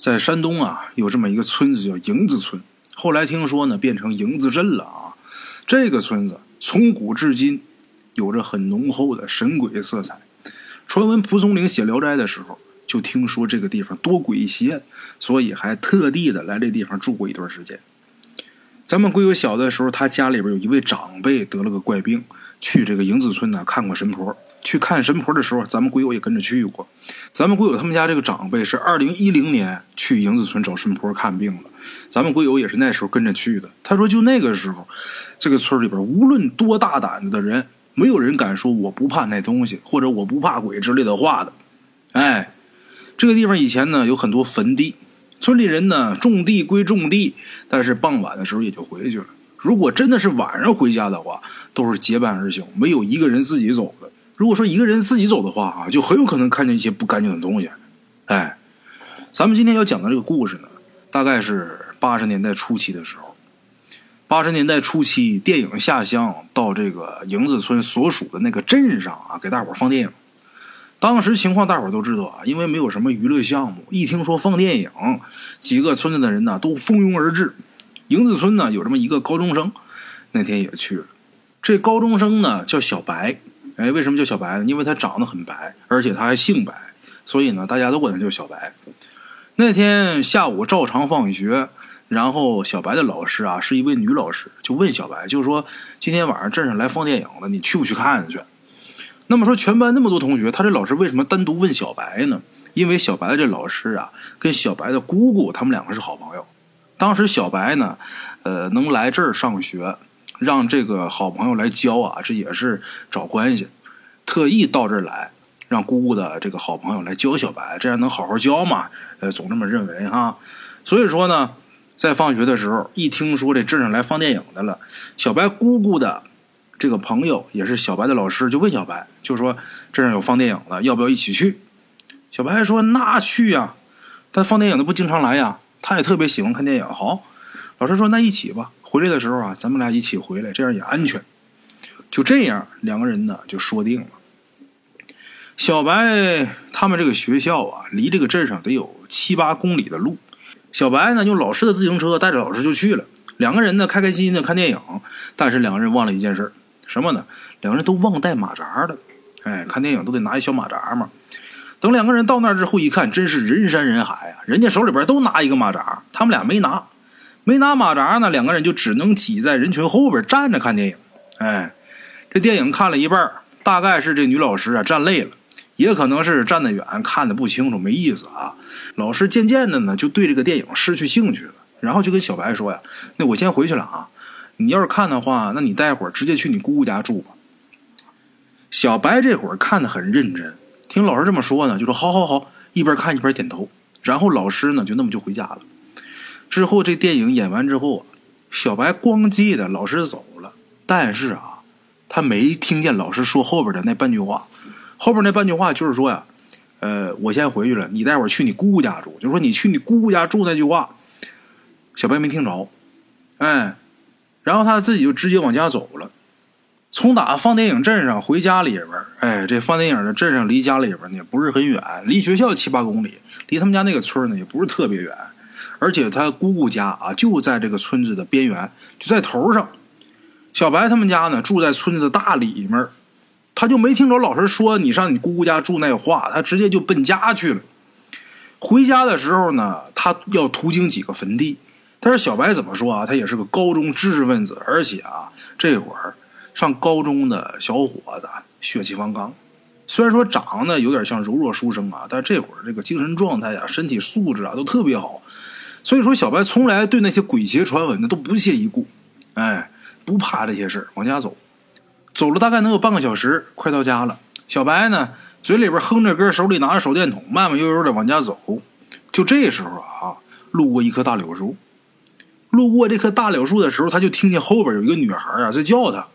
在山东啊，有这么一个村子叫营子村，后来听说呢变成营子镇了啊。这个村子从古至今有着很浓厚的神鬼色彩。传闻蒲松龄写《聊斋》的时候就听说这个地方多鬼邪祟，所以还特地的来这地方住过一段时间。咱们龟友小的时候，他家里边有一位长辈得了个怪病，去这个营子村呢看过神婆。去看神婆的时候，咱们龟友也跟着去过。咱们龟友他们家这个长辈是2010年去营子村找神婆看病了，咱们龟友也是那时候跟着去的。他说就那个时候，这个村里边无论多大胆子的人，没有人敢说我不怕那东西或者我不怕鬼之类的话的。哎，这个地方以前呢有很多坟地，村里人呢种地归种地，但是傍晚的时候也就回去了。如果真的是晚上回家的话，都是结伴而行，没有一个人自己走的。如果说一个人自己走的话啊，就很有可能看见一些不干净的东西。哎，咱们今天要讲的这个故事呢，大概是80年代初期的时候。80年代初期，电影下乡到这个营子村所属的那个镇上啊，给大伙放电影。当时情况大伙都知道啊，因为没有什么娱乐项目，一听说放电影，几个村子的人呢都蜂拥而至。营子村呢有这么一个高中生，那天也去了。这高中生呢叫小白。哎，为什么叫小白呢？因为他长得很白，而且他还姓白，所以呢大家都管他叫小白。那天下午照常放学，然后小白的老师啊是一位女老师，就问小白，就说今天晚上镇上来放电影了，你去不去看去？那么说全班那么多同学，他这老师为什么单独问小白呢？因为小白的这老师啊跟小白的姑姑他们两个是好朋友。当时小白呢能来这儿上学，让这个好朋友来教啊，这也是找关系，特意到这儿来让姑姑的这个好朋友来教小白，这样能好好教嘛，总这么认为哈。所以说呢，在放学的时候一听说这镇上来放电影的了，小白姑姑的这个朋友也是小白的老师，就问小白，就说镇上有放电影的，要不要一起去？小白说那去呀，他放电影的不经常来呀，他也特别喜欢看电影。好，老师说那一起吧，回来的时候啊咱们俩一起回来，这样也安全。就这样两个人呢就说定了。小白他们这个学校啊离这个镇上得有7、8公里的路，小白呢用老师的自行车带着老师就去了。两个人呢开开心心的看电影，但是两个人忘了一件事，什么呢？两个人都忘带马扎了。哎，看电影都得拿一小马扎嘛。等两个人到那之后一看，真是人山人海啊，人家手里边都拿一个马扎，他们俩没拿。没拿马扎呢，两个人就只能挤在人群后边站着看电影。哎，这电影看了一半，大概是这女老师啊站累了，也可能是站得远看得不清楚没意思啊。老师渐渐的呢就对这个电影失去兴趣了，然后就跟小白说呀，那我先回去了啊，你要是看的话，那你待会儿直接去你姑姑家住吧。小白这会儿看得很认真，听老师这么说呢，就说好好好，一边看一边点头。然后老师呢就那么就回家了。之后这电影演完之后啊，小白光记得老师走了，但是啊他没听见老师说后边的那半句话。后边那半句话就是说呀，我先回去了，你待会儿去你姑姑家住，就是说你去你姑姑家住那句话，小白没听着。哎，然后他自己就直接往家走了。从打放电影镇上回家里边，哎，这放电影的镇上离家里边呢也不是很远，离学校7、8公里，离他们家那个村呢也不是特别远，而且他姑姑家啊就在这个村子的边缘，就在头上。小白他们家呢住在村子的大里面，他就没听着老师说你上你姑姑家住那话，他直接就奔家去了。回家的时候呢，他要途经几个坟地，但是小白怎么说啊，他也是个高中知识分子，而且啊这会儿上高中的小伙子血气方刚，虽然说长得有点像柔弱书生啊，但这会儿这个精神状态啊身体素质啊都特别好。所以说小白从来对那些鬼邪传闻呢都不屑一顾，哎，不怕这些事，往家走。走了大概能有半个小时，快到家了。小白呢嘴里边哼着歌，手里拿着手电筒，慢慢悠悠的往家走。就这时候啊，路过一棵大柳树。路过这棵大柳树的时候，他就听见后边有一个女孩啊在叫他，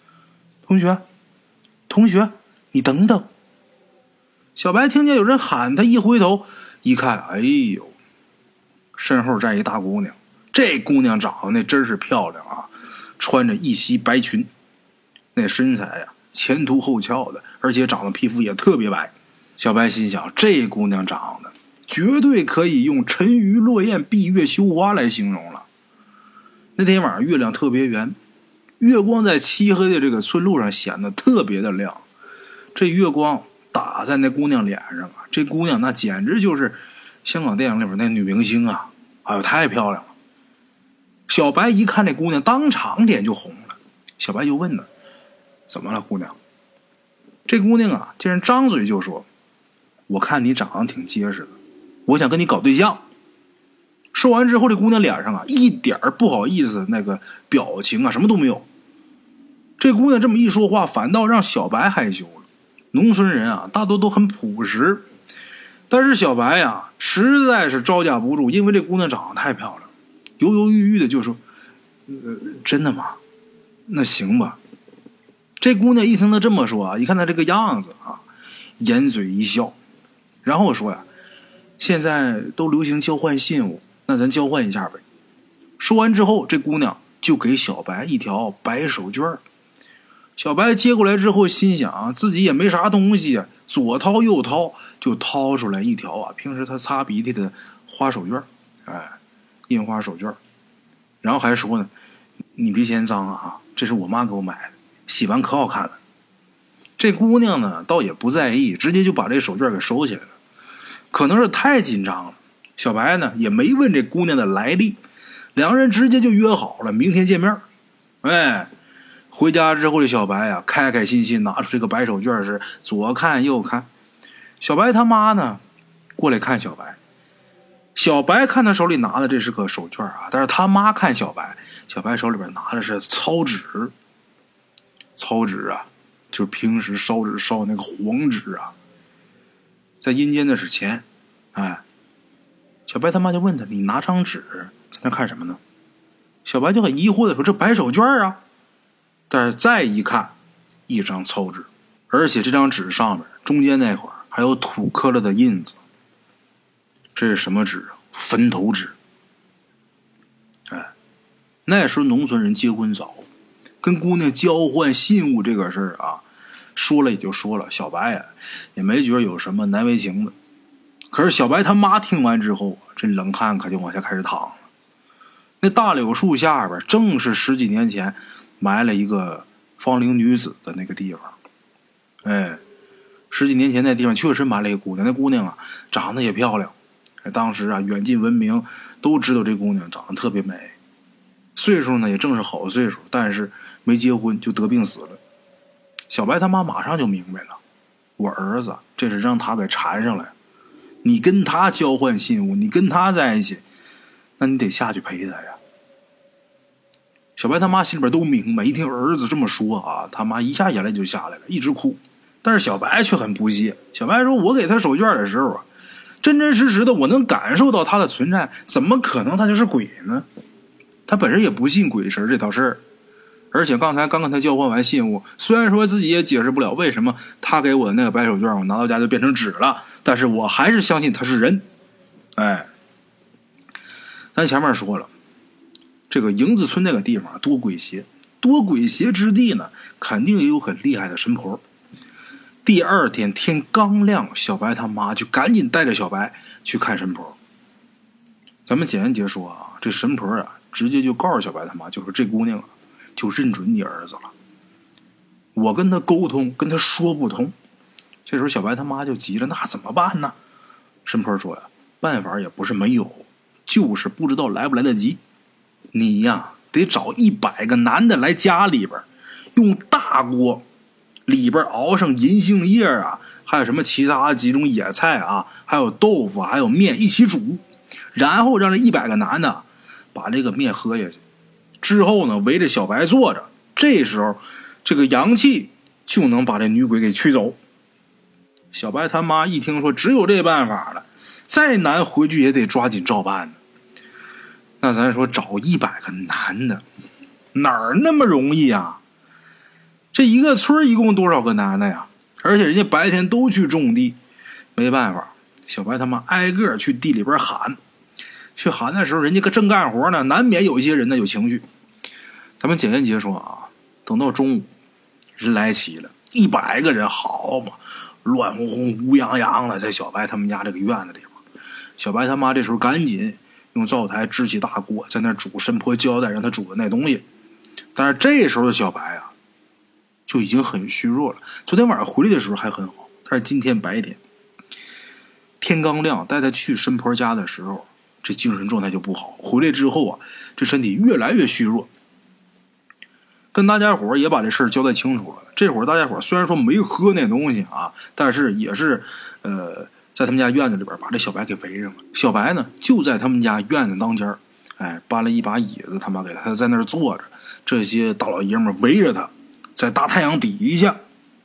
同学你等等。小白听见有人喊他，一回头一看，哎呦，身后站一大姑娘。这姑娘长得那真是漂亮啊，穿着一袭白裙，那身材呀前凸后翘的，而且长得皮肤也特别白。小白心想，这姑娘长得绝对可以用沉鱼落雁、闭月羞花来形容了。那天晚上月亮特别圆，月光在漆黑的这个村路上显得特别的亮。这月光打在那姑娘脸上啊，这姑娘那简直就是香港电影里边那女明星啊，哎呦太漂亮了。小白一看这姑娘，当场脸就红了。小白就问她：“怎么了，姑娘？”这姑娘啊，竟然张嘴就说：“我看你长得挺结实的，我想跟你搞对象。”说完之后，这姑娘脸上啊一点不好意思那个表情啊什么都没有。这姑娘这么一说话，反倒让小白害羞了。农村人啊大多都很朴实，但是小白呀实在是招架不住，因为这姑娘长得太漂亮，犹犹豫豫的就说：“真的吗？那行吧。”这姑娘一听他这么说啊，一看他这个样子啊，掩嘴一笑，然后说呀：“现在都流行交换信物，那咱交换一下呗。”说完之后，这姑娘就给小白一条白手绢。小白接过来之后，心想啊，自己也没啥东西啊，左掏右掏，就掏出来一条啊，平时他擦鼻涕的花手绢，印花手绢。然后还说呢：“你别嫌脏啊，这是我妈给我买的，洗完可好看了。”这姑娘呢倒也不在意，直接就把这手绢给收起来了。可能是太紧张了，小白呢也没问这姑娘的来历，两人直接就约好了明天见面。回家之后的小白啊，开开心心拿出这个白手绢，是左看右看。小白他妈呢过来看小白，小白看他手里拿的这是个手绢啊，但是他妈看小白，小白手里边拿的是糙纸。糙纸啊，就是平时烧纸烧那个黄纸啊，在阴间的是钱。小白他妈就问他：“你拿张纸在那看什么呢？”小白就很疑惑的说：“这白手绢啊。”但是再一看，一张糙纸，而且这张纸上面中间那块还有土刻了的印子。这是什么纸啊？坟头纸。那时候农村人结婚早，跟姑娘交换信物这个事儿啊，说了也就说了，小白啊也没觉得有什么难为情的。可是小白他妈听完之后，这冷汗可就往下开始淌了。那大柳树下边正是10几年前埋了一个芳龄女子的那个地方。10几年前那地方确实埋了一个姑娘，那姑娘啊长得也漂亮。当时啊远近闻名都知道这姑娘长得特别美，岁数呢也正是好岁数，但是没结婚就得病死了。小白他妈马上就明白了，我儿子这是让他给缠上来，你跟他交换信物，你跟他在一起，那你得下去陪他呀。小白他妈心里边都明白，一听儿子这么说啊，他妈一下眼泪就下来了，一直哭。但是小白却很不屑，小白说：“我给他手绢的时候啊，真真实实的我能感受到他的存在，怎么可能他就是鬼呢？他本身也不信鬼神这套事儿。而且刚跟他交换完信物，虽然说自己也解释不了为什么他给我的那个白手绢我拿到家就变成纸了，但是我还是相信他是人。”咱前面说了，这个营子村那个地方多鬼邪，多鬼邪之地呢，肯定也有很厉害的神婆。第二天天刚亮，小白他妈就赶紧带着小白去看神婆。咱们简言结说啊，这神婆啊直接就告诉小白他妈，就说这姑娘啊就认准你儿子了，我跟他沟通跟他说不通。这时候小白他妈就急了，那怎么办呢？神婆说呀，办法也不是没有，就是不知道来不来得及。你呀得找100个男的来家里边，用大锅里边熬上银杏叶啊，还有什么其他几种野菜啊，还有豆腐还有面一起煮，然后让这100个男的把这个面喝下去，之后呢围着小白坐着，这时候这个阳气就能把这女鬼给驱走。小白他妈一听说只有这办法了，再难回去也得抓紧照办呢。那咱说找100个男的哪儿那么容易啊？这一个村一共多少个男的呀？而且人家白天都去种地，没办法，小白他妈挨个去地里边喊。去喊的时候人家正干活呢，难免有一些人呢有情绪。咱们简言结说啊，等到中午人来齐了，100个人，好嘛，乱哄哄乌泱泱的在小白他们家这个院子里边， 小白他妈这时候赶紧用灶台支起大锅，在那煮神婆交代让他煮的那东西。但是这时候的小白啊，就已经很虚弱了。昨天晚上回来的时候还很好，但是今天白天天刚亮带他去神婆家的时候，这精神状态就不好。回来之后啊，这身体越来越虚弱。跟大家伙也把这事儿交代清楚了。这会儿大家伙虽然说没喝那东西啊，但是也是在他们家院子里边把这小白给围上了。小白呢就在他们家院子当间，搬了一把椅子，他妈给他在那儿坐着。这些大老爷们围着他，在大太阳底下，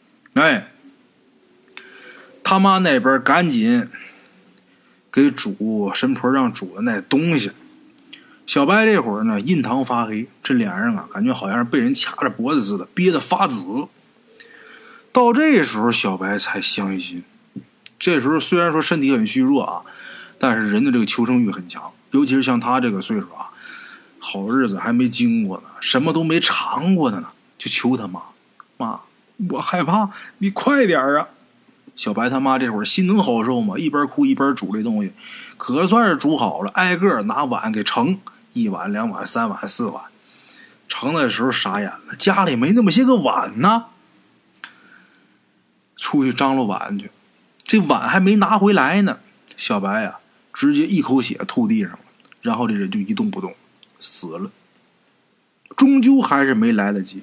他妈那边赶紧给煮神婆让煮的那东西。小白这会儿呢印堂发黑，这脸上啊感觉好像是被人掐着脖子似的，憋得发紫。到这时候小白才相信，这时候虽然说身体很虚弱啊，但是人的这个求生欲很强，尤其是像他这个岁数啊，好日子还没经过呢，什么都没尝过的呢，就求他妈，妈，我害怕，你快点啊！小白他妈这会儿心能好受吗？一边哭一边煮这东西，可算是煮好了，挨个拿碗给盛，1碗2碗3碗4碗。盛的时候傻眼了，家里没那么些个碗呢。出去张罗碗去，这碗还没拿回来呢，小白啊直接一口血吐地上了，然后这人就一动不动死了。终究还是没来得及。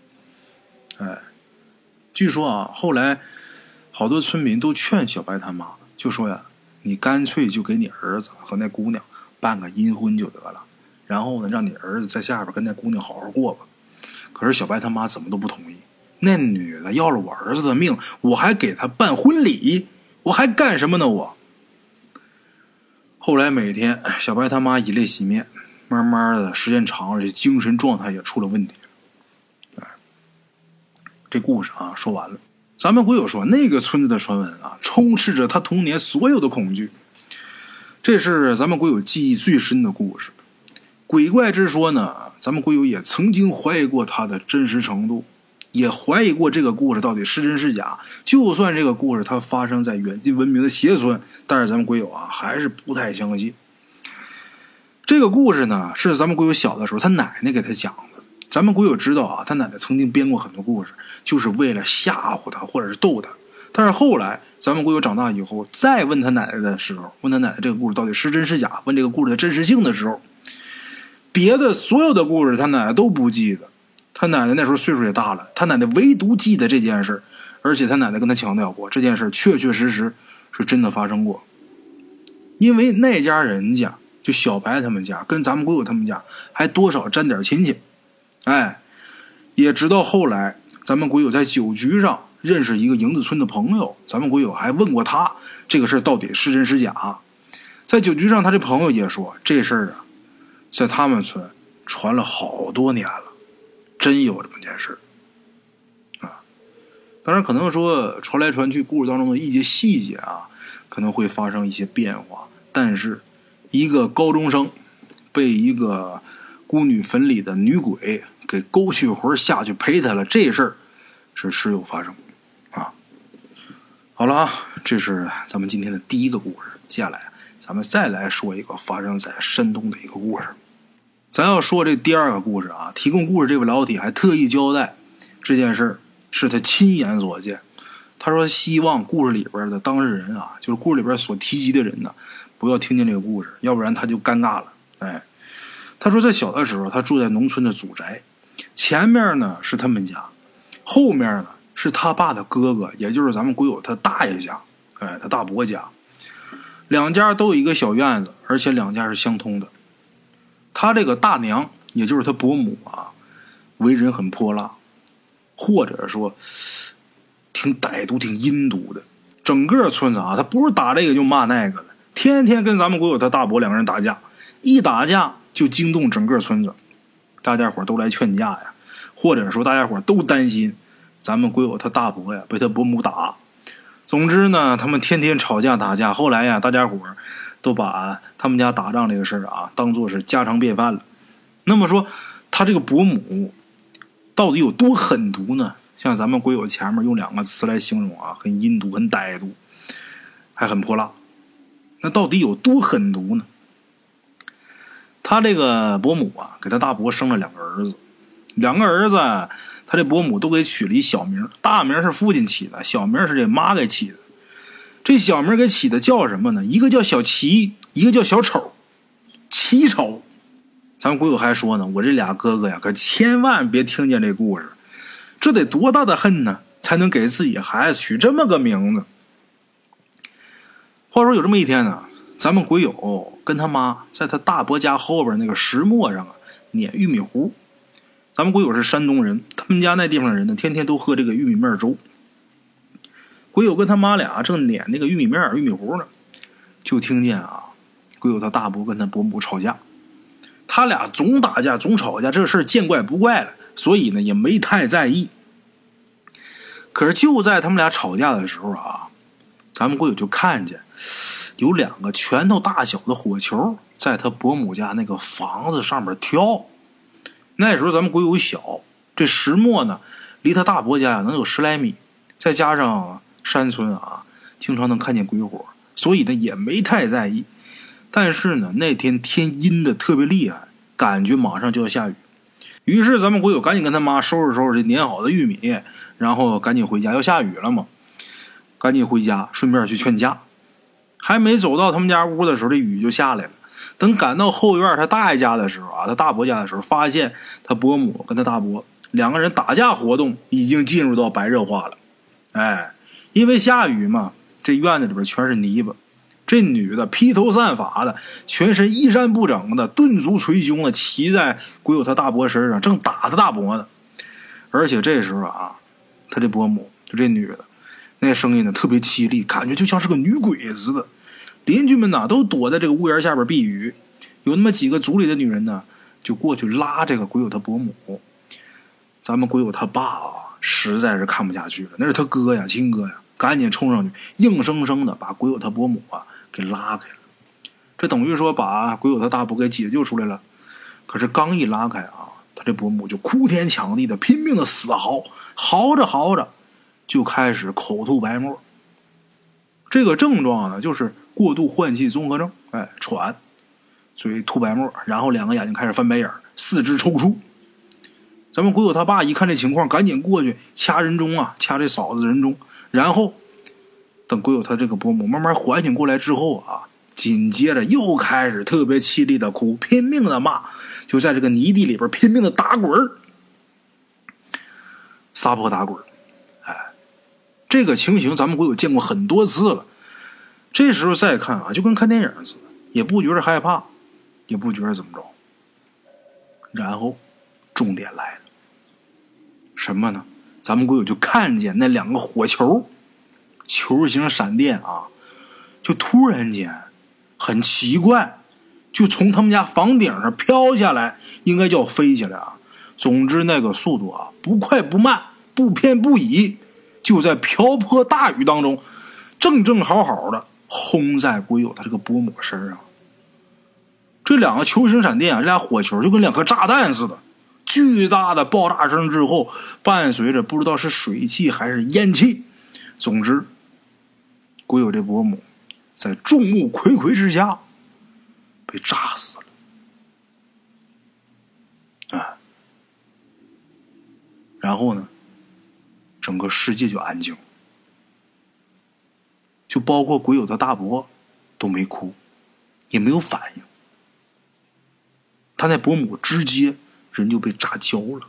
据说啊，后来好多村民都劝小白他妈，就说呀，你干脆就给你儿子和那姑娘办个阴婚就得了，然后呢让你儿子在下边跟那姑娘好好过吧。可是小白他妈怎么都不同意，那女的要了我儿子的命，我还给他办婚礼，我还干什么呢我？后来每天小白他妈以泪洗面，慢慢的时间长了，这精神状态也出了问题。这故事啊说完了。咱们鬼友说那个村子的传闻啊，充斥着他童年所有的恐惧。这是咱们鬼友记忆最深的故事。鬼怪之说呢，咱们鬼友也曾经怀疑过它的真实程度，也怀疑过这个故事到底是真是假。就算这个故事它发生在远近闻名的协村，但是咱们鬼友啊还是不太相信。这个故事呢是咱们鬼友小的时候他奶奶给他讲的。咱们鬼友知道啊，他奶奶曾经编过很多故事，就是为了吓唬他或者是逗他。但是后来咱们鬼友长大以后再问他奶奶的时候，问他奶奶这个故事到底是真是假，问这个故事的真实性的时候，别的所有的故事他奶奶都不记得。他奶奶那时候岁数也大了，他奶奶唯独记得这件事，而且他奶奶跟他强调过，这件事确确实实是真的发生过。因为那家人家就小白他们家跟咱们鬼友他们家还多少沾点亲戚。也直到后来咱们鬼友在酒局上认识一个营子村的朋友，咱们鬼友还问过他这个事到底是真是假。在酒局上他这朋友也说，这事儿啊在他们村传了好多年了，真有这么件事啊。当然可能说传来传去故事当中的一些细节啊可能会发生一些变化，但是一个高中生被一个孤女坟里的女鬼给勾去魂下去陪他了，这事儿是时有发生啊。好了啊，这是咱们今天的第一个故事。接下来咱们再来说一个发生在山东的一个故事。咱要说这第二个故事啊，提供故事这位老铁还特意交代这件事是他亲眼所见。他说希望故事里边的当事人啊，就是故事里边所提及的人呢，不要听见这个故事，要不然他就尴尬了。他说在小的时候他住在农村的祖宅，前面呢是他们家，后面呢是他爸的哥哥，也就是咱们鬼友他大爷家，他大伯家。两家都有一个小院子，而且两家是相通的。他这个大娘也就是他伯母啊，为人很泼辣，或者说挺歹毒挺阴毒的。整个村子啊，他不是打这个就骂那个的，天天跟咱们鬼友他大伯两个人打架，一打架就惊动整个村子，大家伙都来劝架呀，或者说大家伙都担心咱们鬼友他大伯呀被他伯母打。总之呢，他们天天吵架打架，后来呀大家伙都把他们家打仗这个事儿啊当作是家常便饭了。那么说他这个伯母到底有多狠毒呢？像咱们鬼友前面用2个词来形容啊，很阴毒很歹毒，还很泼辣。 那到底有多狠毒呢？他这个伯母啊，给他大伯生了2个儿子，2个儿子他这伯母都给取了一小名，大名是父亲起的，小名是这妈给起的。这小名给起的叫什么呢？一个叫小齐，一个叫小丑，奇丑。咱们鬼友还说呢，我这俩哥哥呀，可千万别听见这故事，这得多大的恨呢，才能给自己孩子取这么个名字。话说有这么一天呢，咱们鬼友跟他妈在他大伯家后边那个石磨上啊碾玉米糊。咱们鬼友是山东人，他们家那地方的人呢，天天都喝这个玉米面粥。鬼友跟他妈俩正碾那个玉米面玉米糊呢，就听见啊，鬼友他大伯跟他伯母吵架。他俩总打架总吵架，这事见怪不怪了，所以呢也没太在意。可是就在他们俩吵架的时候啊，咱们鬼友就看见有2个拳头大小的火球在他伯母家那个房子上面跳。那时候咱们鬼友小，这石磨呢离他大伯家能有10来米，再加上山村啊经常能看见鬼火，所以呢也没太在意。但是呢那天天阴的特别厉害，感觉马上就要下雨。于是咱们鬼友赶紧跟他妈收拾收拾这碾好的玉米，然后赶紧回家，要下雨了嘛，赶紧回家顺便去劝架。还没走到他们家屋的时候，这雨就下来了。等赶到后院他大爷家的时候啊，他大伯家的时候，发现他伯母跟他大伯2个人打架活动已经进入到白热化了。因为下雨嘛，这院子里边全是泥巴。这女的披头散发的，全身衣衫不整的，顿足捶胸的骑在鬼友他大伯身上，正打他大伯呢。而且这时候啊，他这伯母就这女的，那声音呢特别凄厉，感觉就像是个女鬼似的。邻居们呢都躲在这个屋檐下边避雨，有那么几个族里的女人呢就过去拉这个鬼友他伯母。咱们鬼友他爸啊实在是看不下去了，那是他哥呀，亲哥呀，赶紧冲上去硬生生的把鬼友他伯母啊给拉开了。这等于说把鬼友他大伯给解救出来了。可是刚一拉开啊，他这伯母就哭天抢地的拼命的嘶嚎，嚎着嚎着就开始口吐白沫。这个症状呢就是过度换气综合症，喘，嘴吐白沫，然后2个眼睛开始翻白眼，四肢抽搐。咱们鬼友他爸一看这情况，赶紧过去掐人中啊，掐这嫂子人中。然后等鬼友他这个伯母慢慢缓醒过来之后啊，紧接着又开始特别凄厉的哭，拼命的骂，就在这个泥地里边拼命的打滚，撒泼打滚。这个情形咱们鬼友见过很多次了。这时候再看啊，就跟看电影似的，也不觉得害怕，也不觉得怎么着。然后重点来了，什么呢？咱们鬼友就看见那2个火球，球形闪电啊，就突然间很奇怪，就从他们家房顶上飘下来，应该叫飞起来啊。总之那个速度啊，不快不慢，不偏不倚，就在瓢泼大雨当中，正正好好的轰在鬼友他这个伯母身上。这2个球形闪电啊，这俩火球就跟2颗炸弹似的，巨大的爆炸声之后，伴随着不知道是水汽还是烟气，总之鬼友这伯母在众目睽睽之下被炸死了。然后呢，整个世界就安静，就包括鬼友的大伯都没哭，也没有反应。他那伯母直接人就被炸焦了。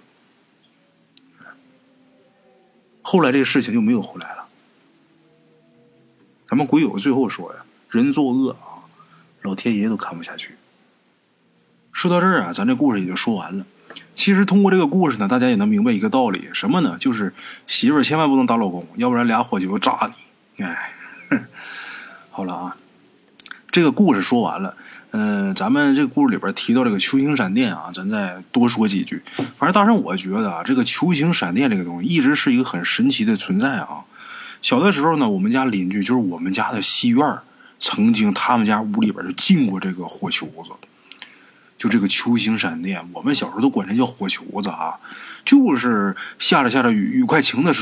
后来这个事情就没有后来了。咱们鬼友最后说呀，人作恶啊，老天爷都看不下去。说到这儿啊，咱这故事也就说完了。其实通过这个故事呢，大家也能明白一个道理，什么呢？就是媳妇儿千万不能打老公，要不然俩火球炸你。好了啊，这个故事说完了。咱们这个故事里边提到这个球形闪电啊，咱再多说几句。反正大圣我觉得啊，这个球形闪电这个东西一直是一个很神奇的存在啊。小的时候呢，我们家邻居就是我们家的西院，曾经他们家屋里边就进过这个火球子，就这个球形闪电，我们小时候都管这叫火球子啊。就是下着雨，雨快晴的时候，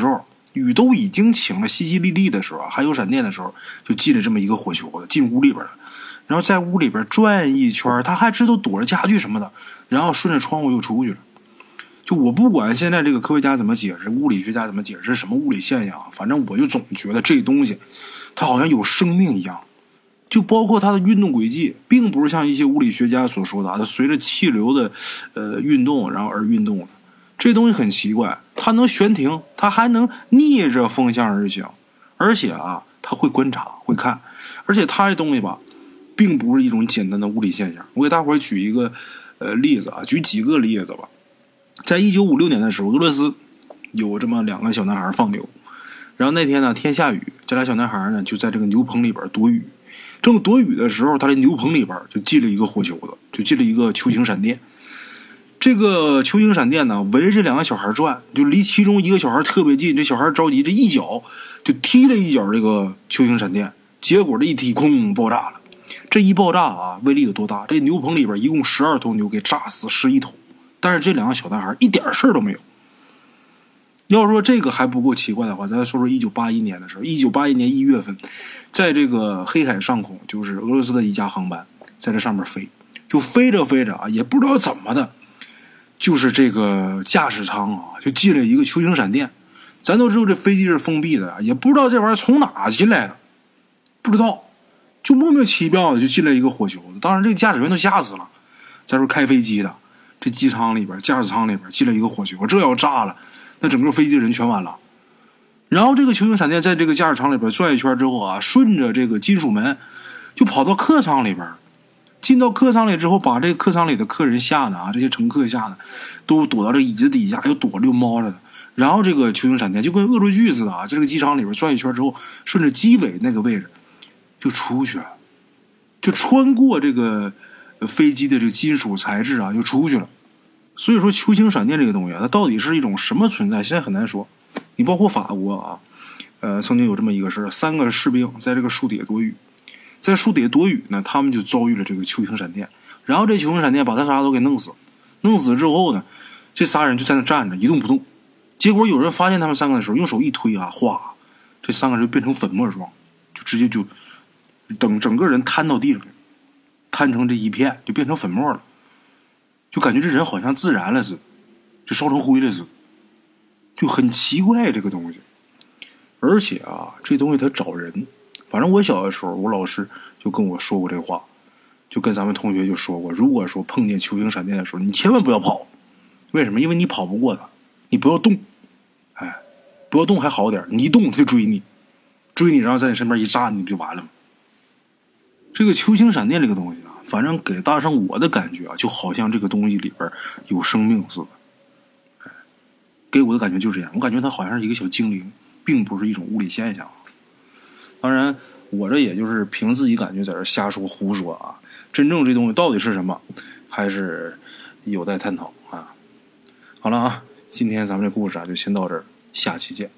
雨都已经晴了，淅淅沥沥的时候还有闪电的时候，就进了这么一个火球子进屋里边了，然后在屋里边转一圈，他还知道躲着家具什么的，然后顺着窗户又出去了。就我不管现在这个科学家怎么解释，物理学家怎么解释是什么物理现象，反正我就总觉得这东西它好像有生命一样。就包括它的运动轨迹，并不是像一些物理学家所说的它随着气流的运动然后而运动的。这东西很奇怪，它能悬停，它还能逆着风向而行，而且它会观察会看，而且它这东西吧并不是一种简单的物理现象。我给大伙儿举一个例子举几个例子吧。在1956年的时候，俄罗斯有这么2个小男孩放牛，然后那天呢天下雨，这俩小男孩呢就在这个牛棚里边躲雨。正躲雨的时候，他的牛棚里边就进了一个火球子，就进了一个球形闪电。这个球形闪电呢围着2个小孩转，就离其中一个小孩特别近，这小孩着急，这一脚就踢了一脚这个球形闪电，结果这一踢空爆炸了。这一爆炸威力有多大？这牛棚里边一共12头牛给炸死11头，但是这2个小男孩一点事儿都没有。要说这个还不够奇怪的话，咱说说1981年的时候，1981年1月份，在这个黑海上空，就是俄罗斯的一架航班在这上面飞，就飞着飞着也不知道怎么的，就是这个驾驶舱就进了一个球形闪电。咱都知道这飞机是封闭的，也不知道这玩意儿从哪进来的，不知道，就莫名其妙的就进来一个火球子。当然这个驾驶员都吓死了，再说开飞机的，这机舱里边驾驶舱里边进来一个火球，这要炸了那整个飞机的人全完了。然后这个球形闪电在这个驾驶舱里边转一圈之后顺着这个金属门就跑到客舱里边，进到客舱里之后，把这个客舱里的客人吓得这些乘客吓得都躲到这椅子底下，又躲着又猫着的。然后这个球形闪电就跟恶作剧似的在这个机舱里边转一圈之后，顺着机尾那个位置就出去了，就穿过这个飞机的这个金属材质就出去了。所以说球形闪电这个东西它到底是一种什么存在，现在很难说。你包括法国曾经有这么一个事，3个士兵在这个树底下躲雨，在树底下躲雨呢，他们就遭遇了这个球形闪电，然后这球形闪电把他仨都给弄死。弄死之后呢，这仨人就在那站着一动不动。结果有人发现他们3个的时候，用手一推哗，这3个人变成粉末状，就直接就整个人瘫到地上，瘫成这一片，就变成粉末了。就感觉这人好像自燃了似的，就烧成灰了似的，就很奇怪这个东西。而且这东西它找人，反正我小的时候我老师就跟我说过这话，就跟咱们同学就说过，如果说碰见球形闪电的时候，你千万不要跑。为什么？因为你跑不过他，你不要动，不要动还好点，你一动他就追你，然后在你身边一炸你不就完了吗？这个球形闪电这个东西反正给大圣我的感觉就好像这个东西里边有生命似的，给我的感觉就这样，我感觉它好像是一个小精灵，并不是一种物理现象。当然我这也就是凭自己感觉在这瞎说胡说真正这东西到底是什么还是有待探讨好了今天咱们这故事就先到这儿，下期见。